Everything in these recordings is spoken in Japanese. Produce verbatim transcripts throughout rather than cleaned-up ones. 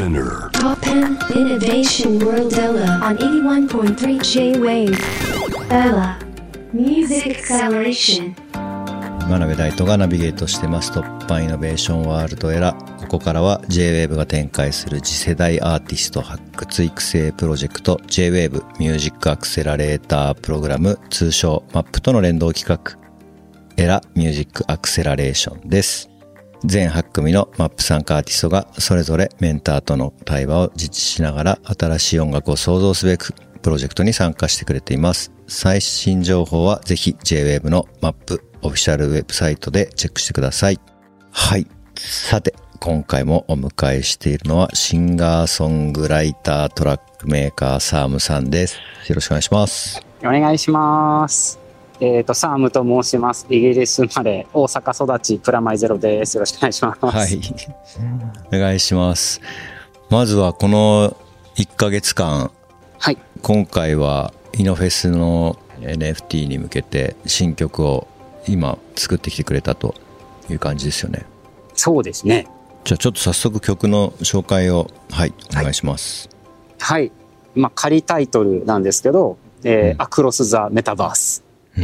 Spinner Top ten Innovation World Ella on eighty-one point three J-Wave Ella Music Acceleration。 真鍋大斗がナビゲートしてます突破イノベーションワールドエラ。ここからは J-ウェーブ が展開する次世代アーティスト発掘育成プロジェクト J-ウェーブ ミュージックアクセラレータープログラム、通称 マップ との連動企画エラミュージックアクセラレーションです。全はち組の マップ 参加アーティストがそれぞれメンターとの対話を実地しながら新しい音楽を創造すべくプロジェクトに参加してくれています。最新情報はぜひ J-ウェーブ の マップ オフィシャルウェブサイトでチェックしてください。はい。さて、今回もお迎えしているのはシンガーソングライタートラックメーカーサームさんです。よろしくお願いします。 お願いします。えっと、サームと申します。イギリス生まれ、大阪育ち、プラマイゼロです。よろしくお願いします。 はい。お願いします。まずはこのいっかげつかん、 はい。 今回はイノフェスの エヌエフティー に向けて新曲を今作ってきてくれたという感じですよね。 そうですね。 じゃあちょっと早速曲の紹介を、はい、お願いします。 はい。はい、まあ、仮タイトルなんですけど、えーうん、アクロス・ザ・メタバース。うん。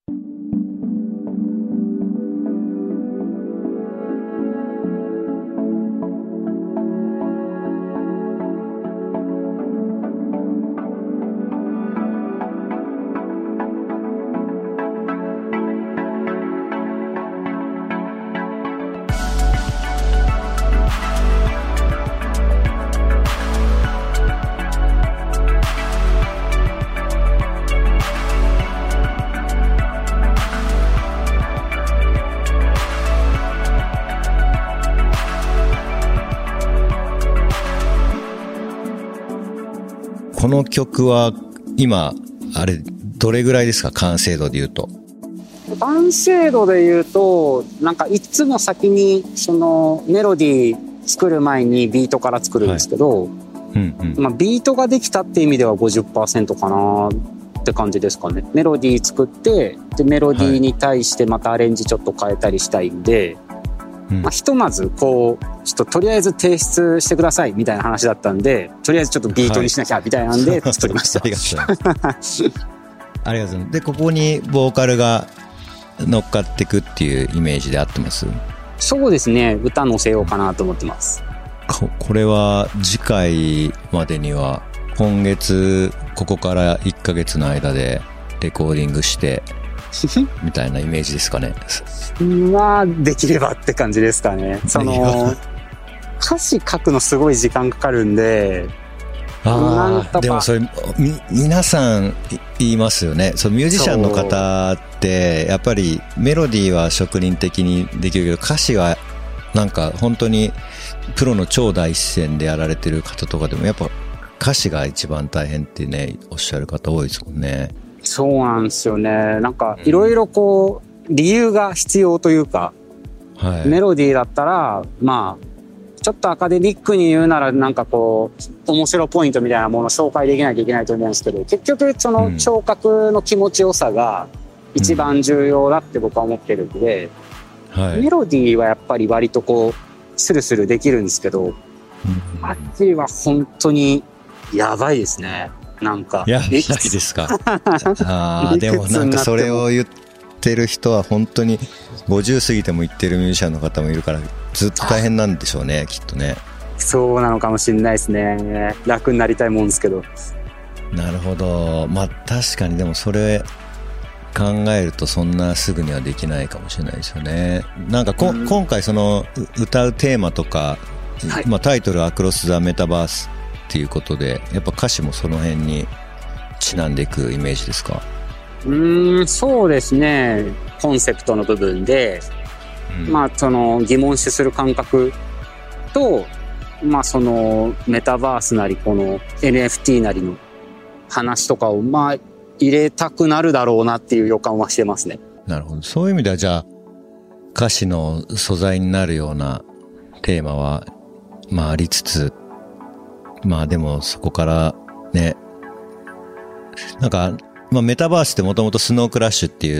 この曲は今あれどれぐらいですか、完成度で言うと。 完成度で言うとなんかいつも先にそのメロディー作る前にビートから作るんですけど、はい、うんうん、まあ、ビートができたって意味では ごじゅっパーセント かなって感じですかね。メロディー作ってでメロディーに対してまたアレンジちょっと変えたりしたいんで、はい、まあ、ひとまずこうちょっととりあえず提出してくださいみたいな話だったんで、とりあえずちょっとビートにしなきゃみたいなんで作りました。 ありがとうございます。ありがとうございます。でここにボーカルが乗っかっていくっていうイメージで合ってます？ そうですね、歌乗せようかなと思ってます。 こ, これは次回までには今月ここからいっかげつの間でレコーディングしてみたいなイメージですかね。 まあできればって感じですかね。その歌詞書くのすごい時間かかるんで、 ああ、でもそれみ皆さん言いますよね。そのミュージシャンの方ってやっぱりメロディーは職人的にできるけど歌詞はなんか本当にプロの超第一線でやられてる方とかでもやっぱ歌詞が一番大変ってねおっしゃる方多いですもんね。 そうなんですよね。なんかいろいろこう理由が必要というか、はい、メロディーだったらまあちょっとアカデミックに言うならなんかこう面白ポイントみたいなものを紹介できなきゃいけないと思うんですけど、結局その聴覚の気持ちよさが一番重要だって僕は思ってるんで、うん、はい、メロディーはやっぱり割とこうスルスルできるんですけど、うん、あっちは本当にやばいですね。なんかやばいですか。あでもなんかそれを言ってる人は本当にごじゅう過ぎても言ってるミュージシャンの方もいるからずっと大変なんでしょうね、きっとね。 そうなのかもしれないですね。楽になりたいもんですけど。 なるほど。まあ確かにでもそれ考えるとそんなすぐにはできないかもしれないですよね。なんかこ、うん、今回その歌うテーマとか、はい、まあ、タイトルアクロス・ザ・メタバースっていうことでやっぱ歌詞もその辺にちなんでいくイメージですか？ うーん、そうですね。コンセプトの部分で、うん、まあその疑問視する感覚と、まあそのメタバースなりこの エヌエフティー なりの話とかをまあ入れたくなるだろうなっていう予感はしてますね。 なるほど。そういう意味ではじゃあ歌詞の素材になるようなテーマはまあありつつ、まあでもそこからね、なんかまあメタバースってもともとスノークラッシュっていう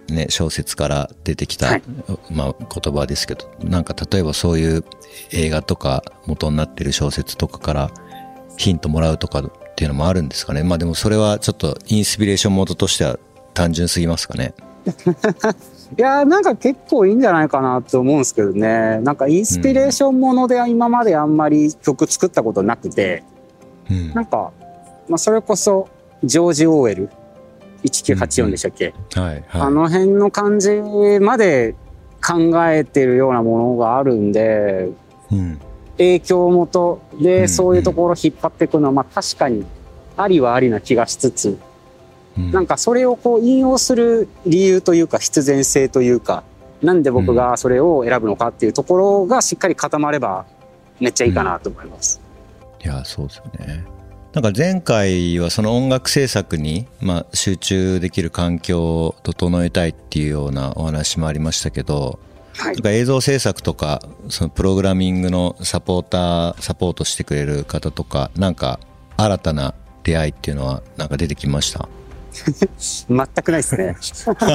ね、小説から出てきた、はい、まあ、言葉ですけど、なんか例えばそういう映画とか元になってる小説とかからヒントもらうとかっていうのもあるんですかね。まあでもそれはちょっとインスピレーション元としては単純すぎますかね。 いやーなんか結構いいんじゃないかなと思うんですけどね。なんかインスピレーションものでは今まであんまり曲作ったことなくて、うん、なんか、まあ、それこそジョージ・オーウェルせんきゅうひゃくはちじゅうよんでしたっけ、うんうんはいはい、あの辺の感じまで考えてるようなものがあるんで、うん、影響元でそういうところを引っ張っていくのは、まあ確かにありはありな気がしつつ、うん、なんかそれをこう引用する理由というか必然性というか、なんで僕がそれを選ぶのかっていうところがしっかり固まればめっちゃいいかなと思います。 うん、いやそうですよね。なんか前回はその音楽制作にまあ集中できる環境を整えたいっていうようなお話もありましたけど、はい、なんか映像制作とかそのプログラミングのサポーターサポートしてくれる方とか、なんか新たな出会いっていうのはなんか出てきました？ 全くないですね。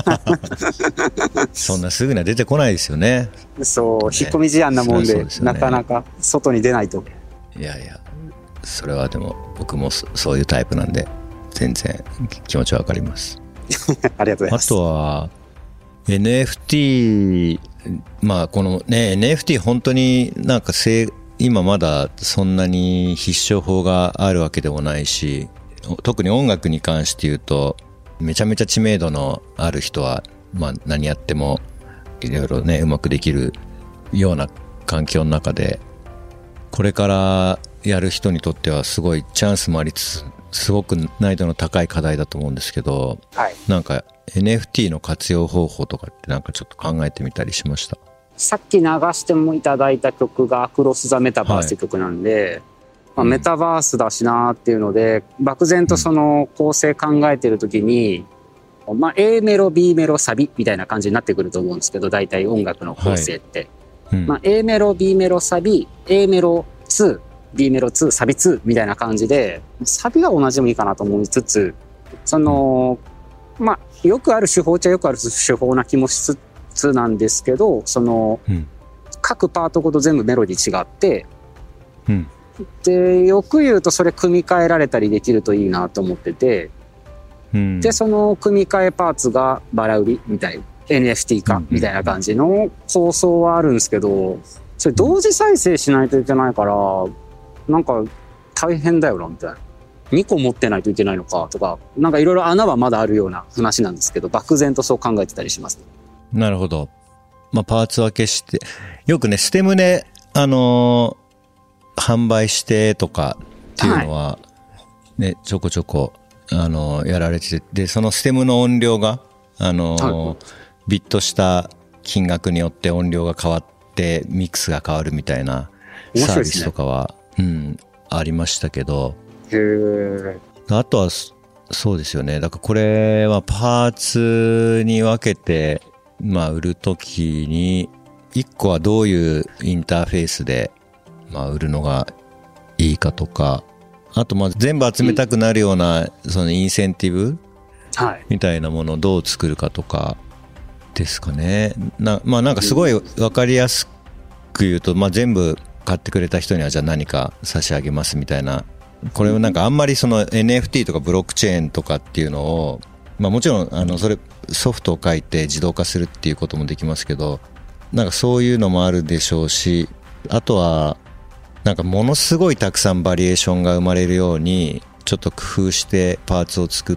そんなすぐには出てこないですよね。 そう、ね、引っ込み思案なもん で, で、ね、なかなか外に出ないと。 いやいや、それはでも僕もそういうタイプなんで全然気持ちわかります。 ありがとうございます。 あとは エヌエフティー、まあこのね エヌエフティー 本当になんか今まだそんなに必勝法があるわけでもないし、特に音楽に関して言うとめちゃめちゃ知名度のある人はまあ何やってもいろいろねうまくできるような環境の中で、これからやる人にとってはすごいチャンスもありつつすごく難易度の高い課題だと思うんですけど、はい、なんか エヌエフティー の活用方法とかってなんかちょっと考えてみたりしました？ さっき流してもいただいた曲がアクロス・ザ・メタバースって曲なんで、はいまあ、メタバースだしなっていうので、うん、漠然とその構成考えてる時に、まあ、A メロ B メロサビみたいな感じになってくると思うんですけど、大体音楽の構成って、はいうんまあ、A メロ B メロサビ A メロにB メロにサビにみたいな感じで、サビは同じでもいいかなと思いつつ、そのまあよくある手法っちゃよくある手法な気もしつつなんですけど、その、うん、各パートごと全部メロディ違って、うん、でよく言うとそれ組み替えられたりできるといいなと思ってて、うん、でその組み替えパーツがバラ売りみたいな エヌエフティー 化みたいな感じの構想はあるんですけど、それ同時再生しないといけないからなんか大変だよなみたいな。にこ持ってないといけないのかとか、なんかいろいろ穴はまだあるような話なんですけど、漠然とそう考えてたりします。 なるほど。まあパーツ分けして、よくねステムであのー、販売してとかっていうのはね、はい、ちょこちょこあのー、やられてて、でそのステムの音量があのーはい、ビットした金額によって音量が変わってミックスが変わるみたいなサービスとかは、ねうん、ありましたけど。へー。あとはそうですよね。だからこれはパーツに分けてまあ売るときにいっこはどういうインターフェースでまあ売るのがいいかとか、あとまあ全部集めたくなるようなそのインセンティブみたいなものをどう作るかとかですかね。なまあなんかすごい分かりやすく言うと、まあ全部買ってくれた人にはじゃあ何か差し上げますみたいな。これはなんかあんまりその エヌエフティー とかブロックチェーンとかっていうのを、まあもちろんあのそれソフトを書いて自動化するっていうこともできますけど、なんかそういうのもあるでしょうし、あとはなんかものすごいたくさんバリエーションが生まれるようにちょっと工夫してパーツを作って、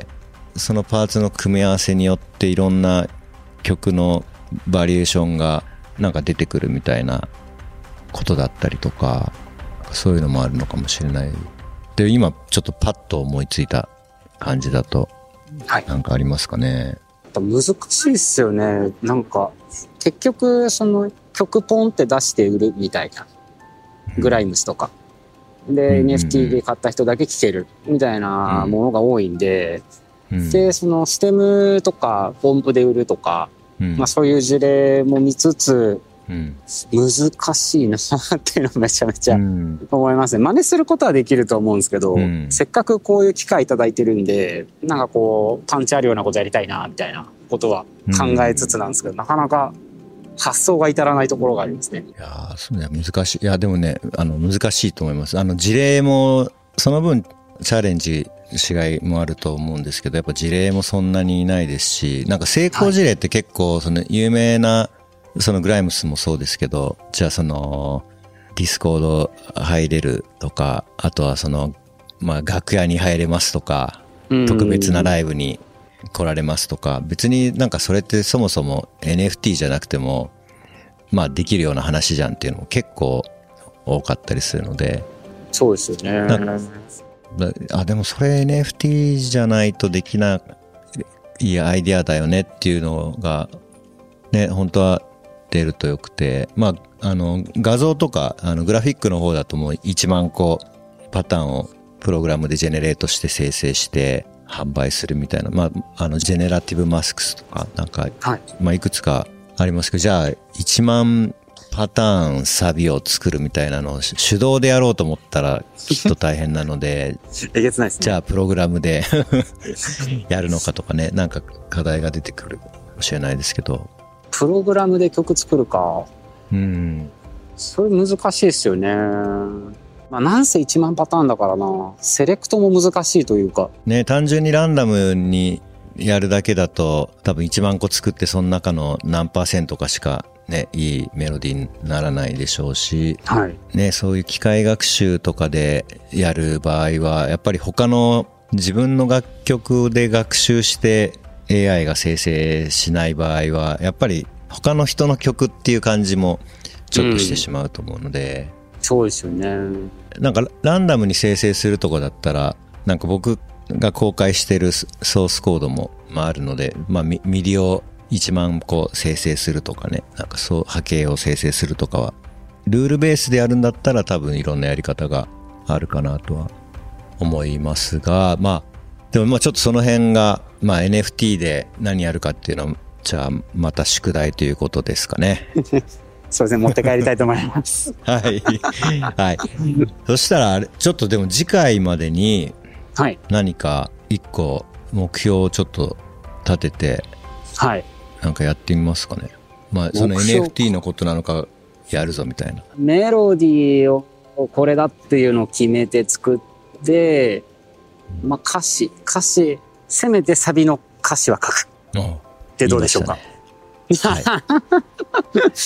そのパーツの組み合わせによっていろんな曲のバリエーションがなんか出てくるみたいなことだったりとか、そういうのもあるのかもしれない。で今ちょっとパッと思いついた感じだとなんかありますかね。 はい、難しいっすよね。なんか結局その曲ポンって出して売るみたいな、うん、グライムスとかで、うんうんうん、エヌエフティー で買った人だけ聴けるみたいなものが多いんで、うん、でそのステムとか音符で売るとか、うんまあ、そういう事例も見つつうん、難しいなっていうのをめちゃめちゃ思いますね。真似することはできると思うんですけど、うん、せっかくこういう機会いただいてるんで、なんかこうパンチあるようなことやりたいなみたいなことは考えつつなんですけど、なかなか発想が至らないところがありますね。 いやそうね、難しい。いやでもね、あの難しいと思います。あの事例もその分チャレンジしがいもあると思うんですけど、やっぱ事例もそんなにいないですし、なんか成功事例って結構その有名なそのグライムスもそうですけど、じゃあそのディスコード入れるとか、あとはそのまあ楽屋に入れますとか、特別なライブに来られますとか、別になんかそれってそもそも エヌエフティー じゃなくてもまあできるような話じゃんっていうのも結構多かったりするので。 そうですよね。 あ、でもそれ エヌエフティー じゃないとできないアイデアだよねっていうのがね、本当は出るとよくて、まああの画像とかあのグラフィックの方だともういちまんこパターンをプログラムでジェネレートして生成して販売するみたいな、まああのジェネラティブマスクスとかなんか、はい、まあいくつかありますけど、じゃあいちまんパターンサビを作るみたいなのを手動でやろうと思ったらきっと大変なのでえげつないですね。 じゃあプログラムでやるのかとかね、なんか課題が出てくるかもしれないですけど、 プログラムで曲作るか、うん、それ難しいですよね。まあなんせいちまんパターンだからな、セレクトも難しいというかね、単純にランダムにやるだけだと多分いちまんこ作ってその中の何パーセントかしかね、いいメロディーにならないでしょうし、はいね、そういう機械学習とかでやる場合はやっぱり他の自分の楽曲で学習して エーアイ が生成しない場合はやっぱり他の人の曲っていう感じもちょっとしてしまうと思うので、 うん、そうですよね。 なんかランダムに生成するとこだったらなんか僕が公開してるソースコードもあるので、まあミディをいちまんこ生成するとかね、なんかそう波形を生成するとかはルールベースでやるんだったら多分いろんなやり方があるかなとは思いますが、まあでもまあちょっとその辺がまあ エヌエフティー で何やるかっていうのはじゃあまた宿題ということですかね。 そうですね、持って帰りたいと思います。 はいはい。そしたらあれちょっとでも次回までに何か一個目標をちょっと立てて、はい。なんかやってみますかね。まあその エヌエフティー のことなのかやるぞみたいな。 メロディーをこれだっていうのを決めて作って、まあ歌詞歌詞せめてサビの歌詞は書く。ってどうでしょうか。言いましたね。はい、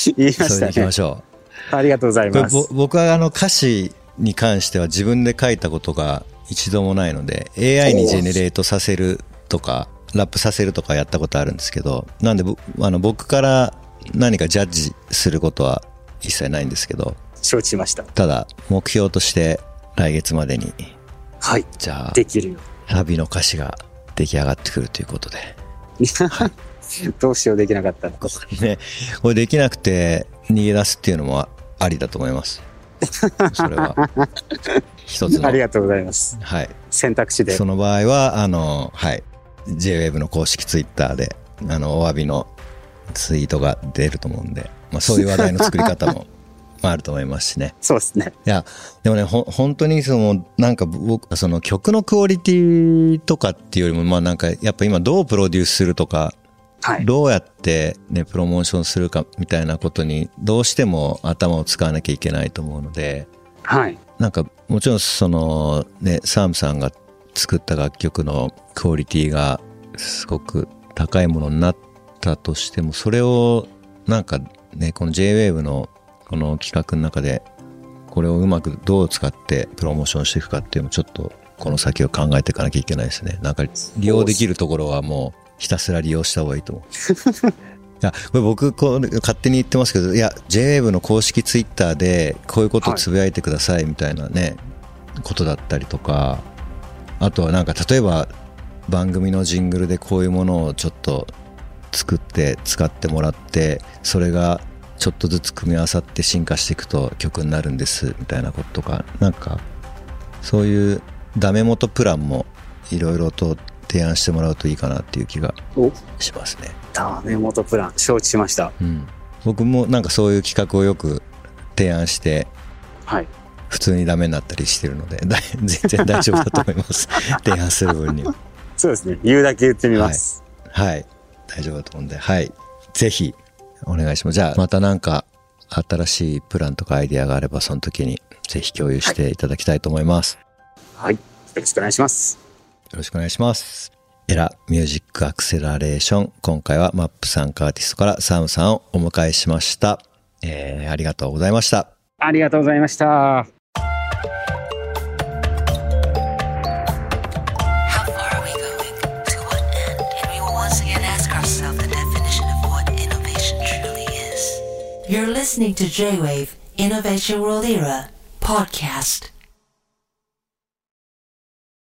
言いましたね。それでいきましょう。ありがとうございます。 僕はあの歌詞に関しては自分で書いたことが一度もないので エーアイ にジェネレートさせるとかラップさせるとかやったことあるんですけど、なんであの僕から何かジャッジすることは一切ないんですけど、 承知しました。 ただ目標として来月までに、 はい、 じゃあできるよサビの歌詞が出来上がってくるということで、 はい、どうしようできなかったのね、これできなくて逃げ出すっていうのもありだと思います。それは一つのありがとうございます、 はい、 選択肢で。 その場合はあの、はい、ジェイウェーブ の公式ツイッターであのお詫びのツイートが出ると思うんで、まあ、そういう話題の作り方もあると思いますしね。 そうですね。 いやでもね、ほ本当にそのなんか僕その曲のクオリティとかっていうよりも、まあなんかやっぱ今どうプロデュースするとか、はい、どうやってねプロモーションするかみたいなことにどうしても頭を使わなきゃいけないと思うので、はい、なんかもちろんそのねサームさんが作った楽曲のクオリティがすごく高いものになったとしても、それをなんかねこの ジェイウェーブ のこの企画の中でこれをうまくどう使ってプロモーションしていくかっていうのもちょっとこの先を考えていかなきゃいけないですね。なんか利用できるところはもうひたすら利用した方がいいと思う。いやこれ僕こう勝手に言ってますけど、いや ジェイウェーブ の公式ツイッターでこういうことをつぶやいてくださいみたいなね、はい、ことだったりとか、あとはなんか例えば番組のジングルでこういうものをちょっと作って使ってもらって、それがちょっとずつ組み合わさって進化していくと曲になるんですみたいなこととか、なんかそういうダメ元プランもいろいろと提案してもらうといいかなっていう気がしますね。 ダメ元プラン承知しました、 うん、僕もなんかそういう企画をよく提案して、はい、普通にダメになったりしてるので全然大丈夫だと思います。提案する分には。 そうですね、言うだけ言ってみます。 はい、はい、 大丈夫だと思うんで、はい。ぜひ、お願いします。じゃあ、またなんか、新しいプランとかアイディアがあれば、その時にぜひ共有していただきたいと思います。 はい。よろしくお願いします。 よろしくお願いします。エラミュージックアクセラレーション。今回はマップ参加アーティストからサムさんをお迎えしました。えー、ありがとうございました。 ありがとうございました。 You're listening to J-Wave Innovation World Era podcast.